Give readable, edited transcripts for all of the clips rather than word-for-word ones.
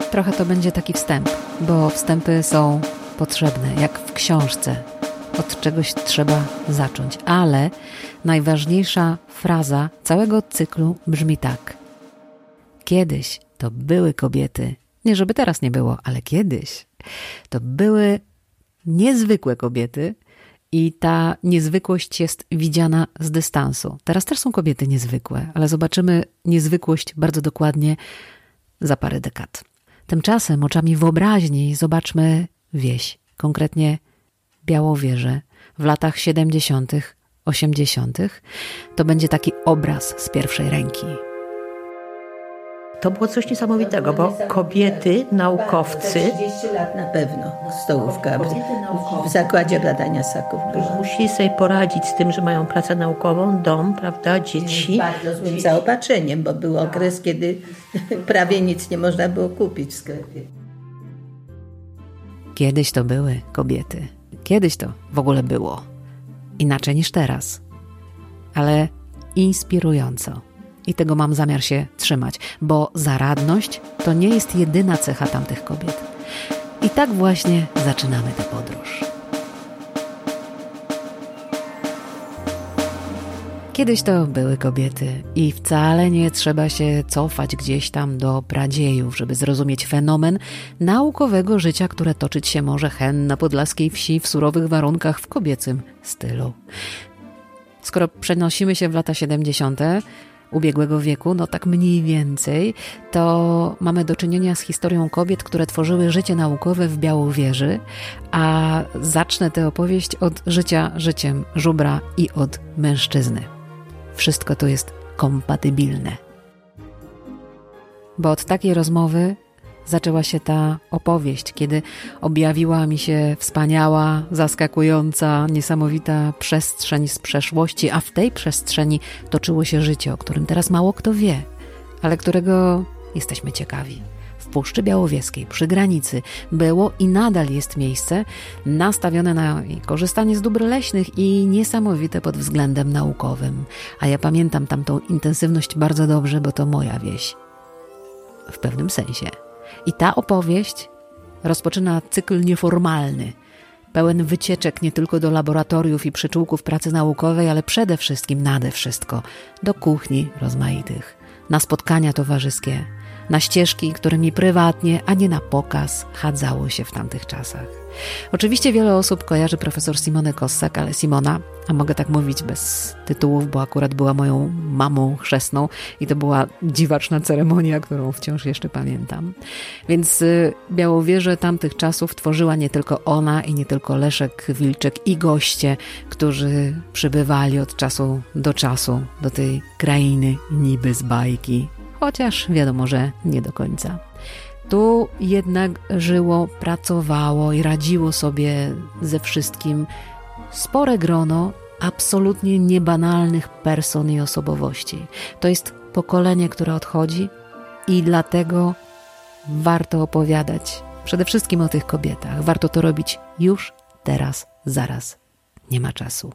trochę to będzie taki wstęp, bo wstępy są potrzebne, jak w książce. Od czegoś trzeba zacząć, ale najważniejsza fraza całego cyklu brzmi tak. Kiedyś to były kobiety, nie żeby teraz nie było, ale kiedyś to były niezwykłe kobiety i ta niezwykłość jest widziana z dystansu. Teraz też są kobiety niezwykłe, ale zobaczymy niezwykłość bardzo dokładnie za parę dekad. Tymczasem oczami wyobraźni zobaczmy wieś, konkretnie Białowieżę w latach 70., 80. To będzie taki obraz z pierwszej ręki. To było coś niesamowitego, bo kobiety, naukowcy... 30 lat na pewno, stołówka w Zakładzie Badania Ssaków. Musieli sobie poradzić z tym, że mają pracę naukową, dom, prawda, dzieci. Z bardzo złym zaopatrzeniem, bo był okres, kiedy prawie nic nie można było kupić w sklepie. Kiedyś to były kobiety. Kiedyś to w ogóle było. Inaczej niż teraz. Ale inspirująco. I tego mam zamiar się trzymać, bo zaradność to nie jest jedyna cecha tamtych kobiet. I tak właśnie zaczynamy tę podróż. Kiedyś to były kobiety i wcale nie trzeba się cofać gdzieś tam do pradziejów, żeby zrozumieć fenomen naukowego życia, które toczyć się może hen na podlaskiej wsi w surowych warunkach w kobiecym stylu. Skoro przenosimy się w lata 70. ubiegłego wieku, no tak mniej więcej, to mamy do czynienia z historią kobiet, które tworzyły życie naukowe w Białowieży, a zacznę tę opowieść od życia życiem żubra i od mężczyzny. Wszystko to jest kompatybilne. Bo od takiej rozmowy zaczęła się ta opowieść, kiedy objawiła mi się wspaniała, zaskakująca, niesamowita przestrzeń z przeszłości, a w tej przestrzeni toczyło się życie, o którym teraz mało kto wie, ale którego jesteśmy ciekawi. W Puszczy Białowieskiej, przy granicy, było i nadal jest miejsce nastawione na korzystanie z dóbr leśnych i niesamowite pod względem naukowym. A ja pamiętam tamtą intensywność bardzo dobrze, bo to moja wieś. W pewnym sensie. I ta opowieść rozpoczyna cykl nieformalny, pełen wycieczek nie tylko do laboratoriów i przyczółków pracy naukowej, ale przede wszystkim, nade wszystko, do kuchni rozmaitych, na spotkania towarzyskie, na ścieżki, którymi prywatnie, a nie na pokaz chadzało się w tamtych czasach. Oczywiście wiele osób kojarzy profesor Simonę Kossak, ale Simona, a mogę tak mówić bez tytułów, bo akurat była moją mamą chrzestną i to była dziwaczna ceremonia, którą wciąż jeszcze pamiętam. Więc Białowieżę tamtych czasów tworzyła nie tylko ona i nie tylko Leszek Wilczek i goście, którzy przybywali od czasu do tej krainy niby z bajki, chociaż wiadomo, że nie do końca. Tu jednak żyło, pracowało i radziło sobie ze wszystkim spore grono absolutnie niebanalnych person i osobowości. To jest pokolenie, które odchodzi i dlatego warto opowiadać przede wszystkim o tych kobietach. Warto to robić już, teraz, zaraz. Nie ma czasu.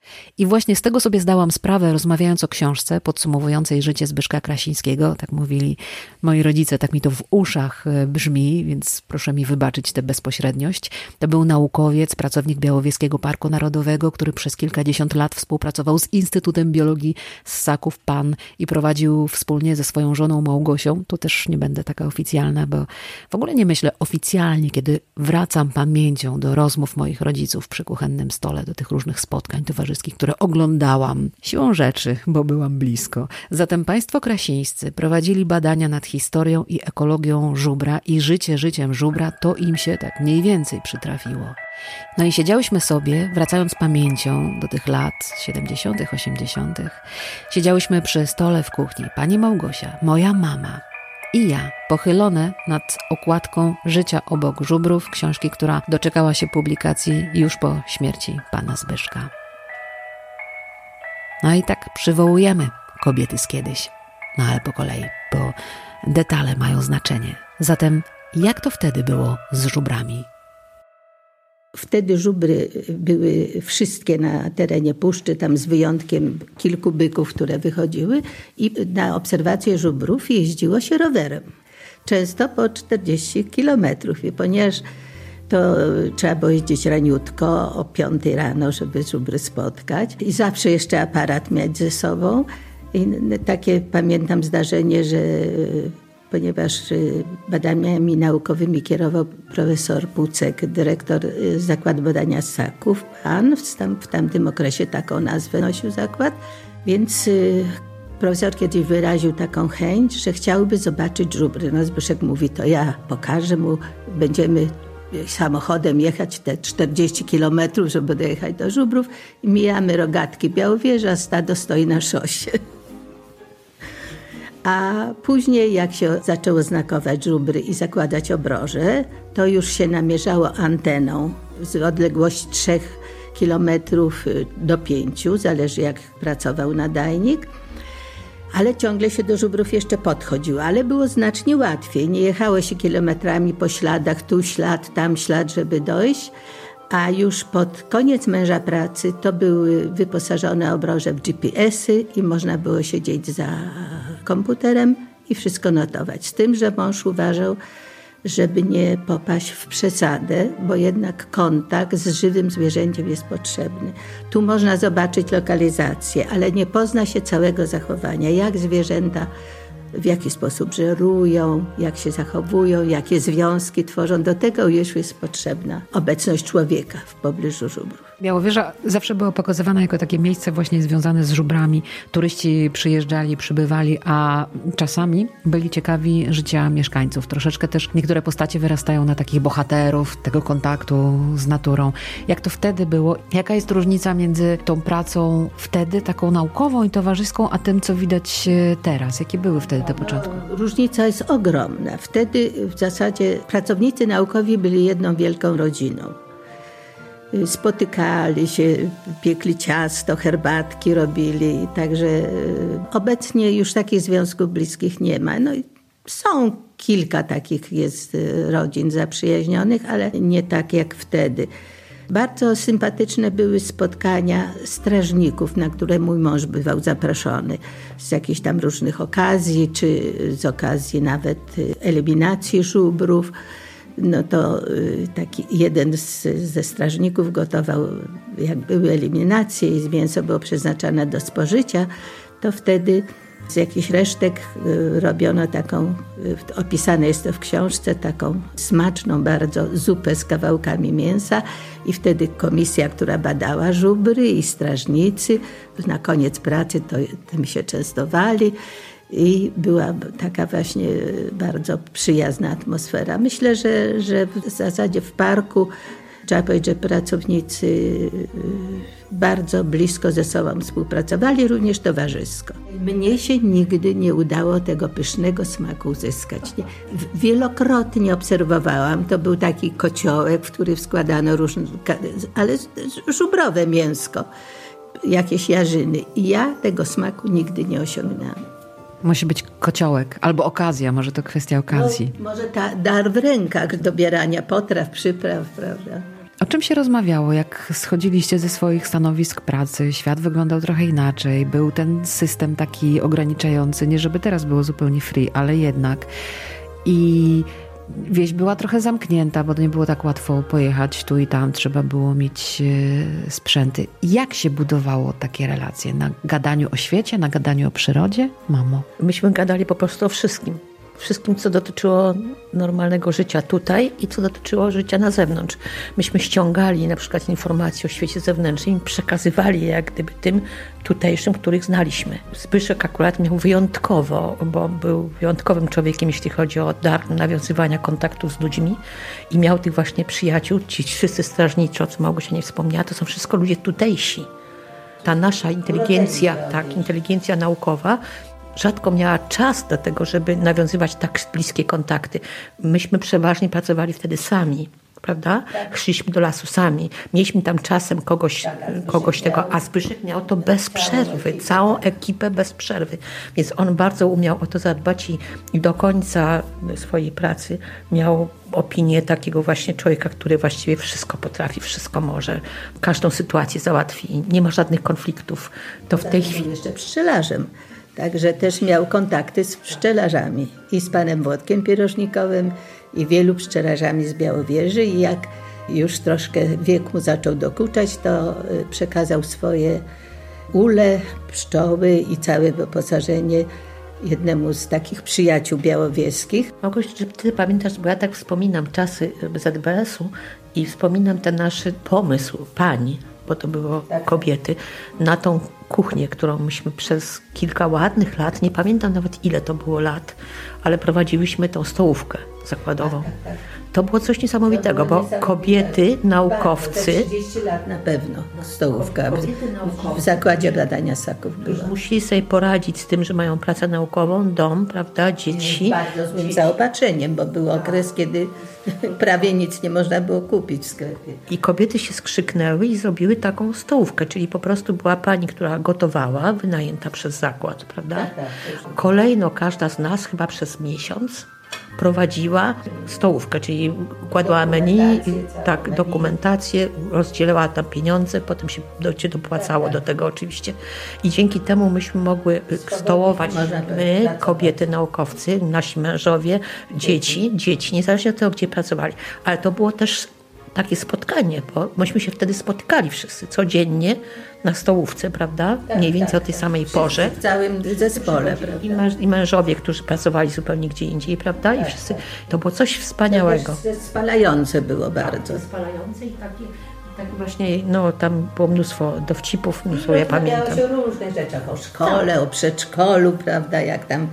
I właśnie z tego sobie zdałam sprawę, rozmawiając o książce podsumowującej życie Zbyszka Krasińskiego. Tak mówili moi rodzice, tak mi to w uszach brzmi, więc proszę mi wybaczyć tę bezpośredniość. To był naukowiec, pracownik Białowieskiego Parku Narodowego, który przez kilkadziesiąt lat współpracował z Instytutem Biologii Ssaków PAN i prowadził wspólnie ze swoją żoną Małgosią. Tu też nie będę taka oficjalna, bo w ogóle nie myślę oficjalnie, kiedy wracam pamięcią do rozmów moich rodziców przy kuchennym stole, do tych różnych spotkań towarzyskich, które oglądałam siłą rzeczy, bo byłam blisko. Zatem państwo krasińscy prowadzili badania nad historią i ekologią żubra i życie życiem żubra, to im się tak mniej więcej przytrafiło. No i siedziałyśmy sobie, wracając pamięcią do tych lat 70., 80., siedziałyśmy przy stole w kuchni, pani Małgosia, moja mama i ja, pochylone nad okładką Życia obok żubrów, książki, która doczekała się publikacji już po śmierci pana Zbyszka. No i tak przywołujemy kobiety z kiedyś, no ale po kolei, bo detale mają znaczenie. Zatem jak to wtedy było z żubrami? Wtedy żubry były wszystkie na terenie puszczy, tam z wyjątkiem kilku byków, które wychodziły i na obserwację żubrów jeździło się rowerem. często po 40 kilometrów. I ponieważ to trzeba było jeździć raniutko o 5 rano, żeby żubry spotkać. I zawsze jeszcze aparat mieć ze sobą. I takie pamiętam zdarzenie, że ponieważ badaniami naukowymi kierował profesor Pucek, dyrektor Zakładu Badania Ssaków. Pan w tamtym okresie taką nazwę nosił zakład, więc profesor kiedyś wyraził taką chęć, że chciałby zobaczyć żubry. No Zbyszek mówi, to ja pokażę mu, będziemy samochodem jechać te 40 kilometrów, żeby dojechać do żubrów i mijamy Rogatki Białowieża, stado stoi na szosie. A później jak się zaczęło znakować żubry i zakładać obroże, to już się namierzało anteną z odległości 3 kilometrów do 5, zależy jak pracował nadajnik. Ale ciągle się do żubrów jeszcze podchodziło, ale było znacznie łatwiej. Nie jechało się kilometrami po śladach, tu ślad, tam ślad, żeby dojść. A już pod koniec męża pracy to były wyposażone obroże w GPS-y i można było siedzieć za komputerem i wszystko notować. Z tym, że mąż uważał, żeby nie popaść w przesadę, bo jednak kontakt z żywym zwierzęciem jest potrzebny. Tu można zobaczyć lokalizację, ale nie pozna się całego zachowania, jak zwierzęta w jaki sposób żerują, jak się zachowują, jakie związki tworzą. Do tego już jest potrzebna obecność człowieka w pobliżu żubrów. Białowieża zawsze była pokazywana jako takie miejsce właśnie związane z żubrami. Turyści przyjeżdżali, przybywali, a czasami byli ciekawi życia mieszkańców. Troszeczkę też niektóre postacie wyrastają na takich bohaterów tego kontaktu z naturą. Jak to wtedy było? Jaka jest różnica między tą pracą wtedy, taką naukową i towarzyską, a tym, co widać teraz? Jakie były wtedy te początki? Różnica jest ogromna. Wtedy w zasadzie pracownicy naukowi byli jedną wielką rodziną. Spotykali się, piekli ciasto, herbatki robili, także obecnie już takich związków bliskich nie ma. No i są kilka takich jest rodzin zaprzyjaźnionych, ale nie tak jak wtedy. Bardzo sympatyczne były spotkania strażników, na które mój mąż bywał zaproszony z jakichś tam różnych okazji, czy z okazji nawet eliminacji żubrów. No to taki jeden ze strażników gotował, jak były eliminacje i mięso było przeznaczone do spożycia, to wtedy z jakichś resztek robiono taką, opisane jest to w książce, taką smaczną bardzo zupę z kawałkami mięsa i wtedy komisja, która badała żubry i strażnicy, na koniec pracy to tym się częstowali. I była taka właśnie bardzo przyjazna atmosfera. Myślę, że w zasadzie w parku trzeba powiedzieć, że pracownicy bardzo blisko ze sobą współpracowali, również towarzysko. Mnie się nigdy nie udało tego pysznego smaku uzyskać. Wielokrotnie obserwowałam, to był taki kociołek, w który wskładano różne, ale żubrowe mięsko, jakieś jarzyny. I ja tego smaku nigdy nie osiągnęłam. Musi być kociołek, albo okazja, może to kwestia okazji. No, może dar w rękach dobierania potraw, przypraw, prawda? O czym się rozmawiało, jak schodziliście ze swoich stanowisk pracy? Świat wyglądał trochę inaczej. Był ten system taki ograniczający, nie żeby teraz było zupełnie free, ale jednak. I wieś była trochę zamknięta, bo nie było tak łatwo pojechać tu i tam. Trzeba było mieć sprzęty. Jak się budowało takie relacje? Na gadaniu o świecie, na gadaniu o przyrodzie? Mamo. Myśmy gadali po prostu o wszystkim. Wszystkim, co dotyczyło normalnego życia tutaj i co dotyczyło życia na zewnątrz. Myśmy ściągali na przykład informacje o świecie zewnętrznym i przekazywali je jak gdyby tym tutejszym, których znaliśmy. Zbyszek akurat miał wyjątkowo, bo był wyjątkowym człowiekiem, jeśli chodzi o dar nawiązywania kontaktów z ludźmi i miał tych właśnie przyjaciół. Ci wszyscy strażnicy, o co Małgosia nie wspomniała, to są wszystko ludzie tutejsi. Ta nasza inteligencja, inteligencja naukowa rzadko miała czas do tego, żeby nawiązywać tak bliskie kontakty. Myśmy przeważnie pracowali wtedy sami, prawda? Tak. Szliśmy do lasu sami. Mieliśmy tam czasem kogoś tego, a Zbyszek miał to bez przerwy, całą ekipę bez przerwy. Więc on bardzo umiał o to zadbać i do końca swojej pracy miał opinię takiego właśnie człowieka, który właściwie wszystko potrafi, wszystko może. Każdą sytuację załatwi. Nie ma żadnych konfliktów. To w tej chwili jeszcze pszczelarzem. Także też miał kontakty z pszczelarzami i z panem Włodkiem Pierożnikowym i wielu pszczelarzami z Białowieży i jak już troszkę wiek mu zaczął dokuczać, to przekazał swoje ule, pszczoły i całe wyposażenie jednemu z takich przyjaciół białowieskich. Małgosiu, czy ty pamiętasz, bo ja tak wspominam czasy ZBS-u i wspominam ten nasz pomysł pani, bo to było kobiety, na tą kuchnię, którą myśmy przez kilka ładnych lat, nie pamiętam nawet ile to było lat, ale prowadziłyśmy tą stołówkę zakładową. To było coś niesamowitego, bo kobiety, naukowcy... 30 lat na pewno stołówka w Zakładzie Badania Ssaków była. Musieli sobie poradzić z tym, że mają pracę naukową, dom, prawda, dzieci. Z bardzo złym zaopatrzeniem, bo był okres, kiedy prawie nic nie można było kupić w sklepie. I kobiety się skrzyknęły i zrobiły taką stołówkę, czyli po prostu była pani, która gotowała, wynajęta przez zakład, prawda? Tak. Kolejno każda z nas chyba przez miesiąc prowadziła stołówkę, czyli układała menu, dokumentację, rozdzielała tam pieniądze, potem się dopłacało do tego oczywiście. I dzięki temu myśmy mogły stołować, my, kobiety, naukowcy, nasi mężowie, dzieci, niezależnie od tego, gdzie pracowali. Ale to było też takie spotkanie, bo myśmy się wtedy spotykali wszyscy codziennie na stołówce, prawda? Mniej więcej o tej samej porze. W całym zespole, prawda? I mężowie, którzy pracowali zupełnie gdzie indziej, prawda? I wszyscy. To było coś wspaniałego. Spalające było bardzo. Spalające i takie właśnie, no tam było mnóstwo dowcipów, mnóstwo, ja pamiętam. Się o różnych rzeczach, o szkole, o przedszkolu, prawda? Jak tam,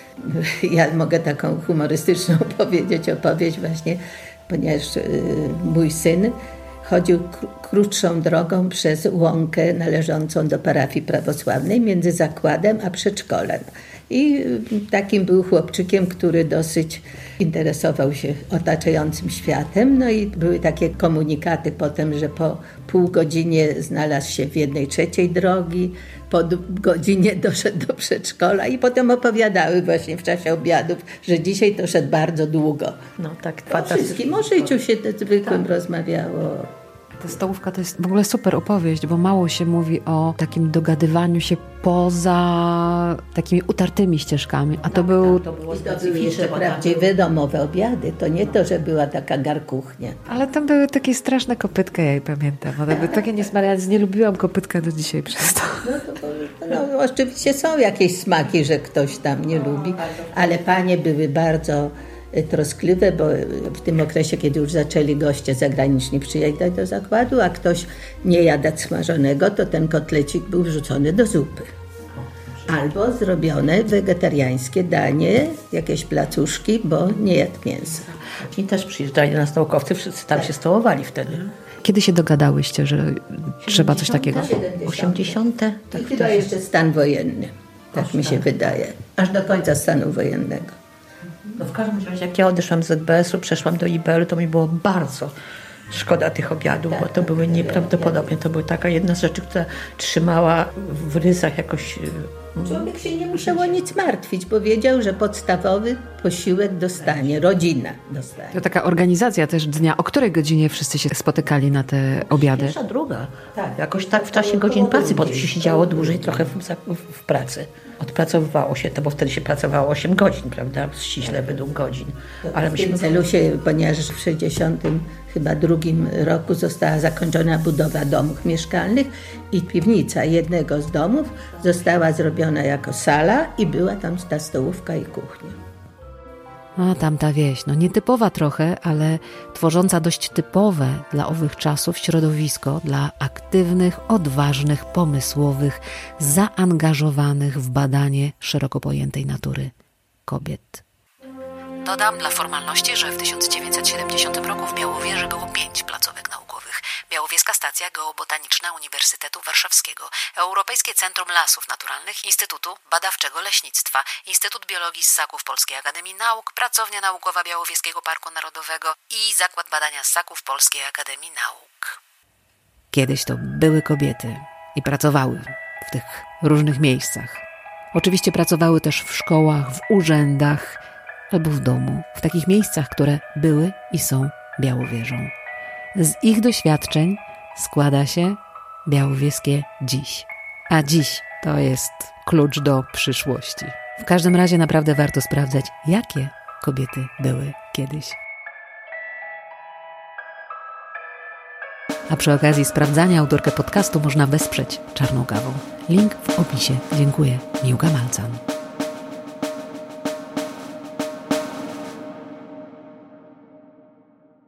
ja mogę taką humorystyczną opowieść właśnie, ponieważ mój syn chodził krótszą drogą przez łąkę należącą do parafii prawosławnej między zakładem a przedszkolem. I takim był chłopczykiem, który dosyć interesował się otaczającym światem. No i były takie komunikaty potem, że po pół godzinie znalazł się w 1/3 drogi, po godzinie doszedł do przedszkola i potem opowiadały właśnie w czasie obiadów, że dzisiaj to szedł bardzo długo. No tak, o wszystkim, o życiu się zwykłym rozmawiało. Ta stołówka to jest w ogóle super opowieść, bo mało się mówi o takim dogadywaniu się poza takimi utartymi ścieżkami. A to był... To były jeszcze prawdziwe domowe obiady. To nie to, że była taka garkuchnia. Ale tam były takie straszne kopytka, ja je pamiętam. One były takie niesmawiane. Nie lubiłam kopytka do dzisiaj przez to. No oczywiście są jakieś smaki, że ktoś tam nie lubi, ale panie były bardzo troskliwe, bo w tym okresie, kiedy już zaczęli goście zagraniczni przyjeżdżać do zakładu, a ktoś nie jadł smażonego, to ten kotlecik był wrzucony do zupy. Albo zrobione wegetariańskie danie, jakieś placuszki, bo nie jadł mięsa. I też przyjeżdżali do nas naukowcy, wszyscy tam się stołowali wtedy. Kiedy się dogadałyście, że trzeba coś takiego? 80. Tak, i chyba jeszcze stan wojenny. Tak mi się wydaje. Aż do końca stanu wojennego. No w każdym razie, jak ja odeszłam z ZBS-u, przeszłam do IBL-u, to mi było bardzo szkoda tych obiadów, bo to były nieprawdopodobnie. To była taka jedna z rzeczy, która trzymała w ryzach jakoś... Człowiek się nie musiał o nic martwić, bo wiedział, że podstawowy posiłek dostanie, rodzina dostanie. To taka organizacja też dnia. O której godzinie wszyscy się spotykali na te obiady? Pierwsza, druga. Tak. Jakoś tak w czasie godzin pracy, bo się siedziało dłużej trochę w pracy. Odpracowywało się to, bo wtedy się pracowało 8 godzin, prawda? Ściśle według godzin. Ale w tym celu się, ponieważ w 1962 roku została zakończona budowa domów mieszkalnych i piwnica jednego z domów została zrobiona jako sala i była tam ta stołówka i kuchnia. A tamta wieś, no nietypowa trochę, ale tworząca dość typowe dla owych czasów środowisko dla aktywnych, odważnych, pomysłowych, zaangażowanych w badanie szeroko pojętej natury kobiet. Dodam dla formalności, że w 1970 roku w Białowieży było 5 placówek naukowych. Białowieska Stacja Geobotaniczna Uniwersytetu Warszawskiego, Europejskie Centrum Lasów Naturalnych, Instytutu Badawczego Leśnictwa, Instytut Biologii Ssaków Polskiej Akademii Nauk, Pracownia Naukowa Białowieskiego Parku Narodowego i Zakład Badania Ssaków Polskiej Akademii Nauk. Kiedyś to były kobiety i pracowały w tych różnych miejscach. Oczywiście pracowały też w szkołach, w urzędach albo w domu, w takich miejscach, które były i są Białowieżą. Z ich doświadczeń składa się białowieskie dziś. A dziś To jest klucz do przyszłości. W każdym razie naprawdę warto sprawdzać, jakie kobiety były kiedyś. A przy okazji sprawdzania autorkę podcastu można wesprzeć Czarną Kawą. Link w opisie. Dziękuję. Miłka Malcan.